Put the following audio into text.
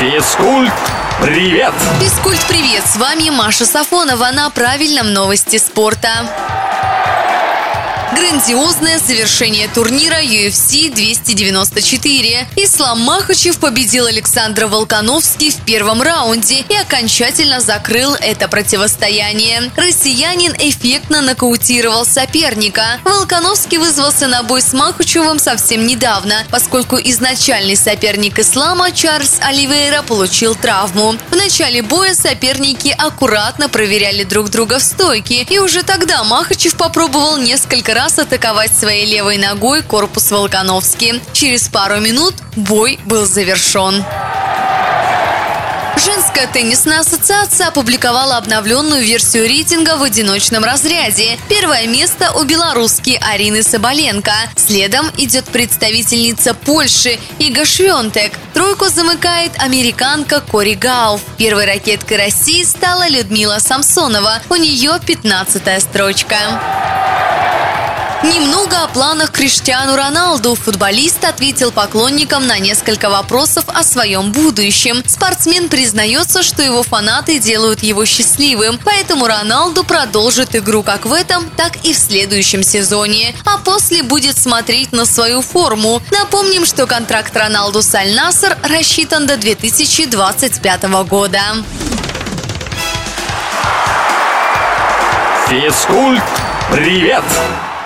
Физкульт, привет! Физкульт, привет! С вами Маша Сафонова на правильном новости спорта. Грандиозное завершение турнира UFC 294. Ислам Махачев победил Александра Волконовски в первом раунде и окончательно закрыл это противостояние. Россиянин эффектно нокаутировал соперника. Волконовский вызвался на бой с Махачевым совсем недавно, поскольку изначальный соперник Ислама Чарльз Оливейра получил травму. В начале боя соперники аккуратно проверяли друг друга в стойке, и уже тогда Махачев попробовал несколько раз атаковать своей левой ногой корпус Волконовски. Через пару минут бой был завершен. Женская теннисная ассоциация опубликовала обновленную версию рейтинга в одиночном разряде. Первое место у белорусски Арины Соболенко. Следом идет представительница Польши Ига Швентек. Тройку замыкает американка Кори Гауф. Первой ракеткой России стала Людмила Самсонова. У нее 15-я строчка. Немного о планах Криштиану Роналду. Футболист ответил поклонникам на несколько вопросов о своем будущем. Спортсмен признается, что его фанаты делают его счастливым, поэтому Роналду продолжит игру как в этом, так и в следующем сезоне. А после будет смотреть на свою форму. Напомним, что контракт Роналду с Аль-Насср рассчитан до 2025 года. Физкульт, привет!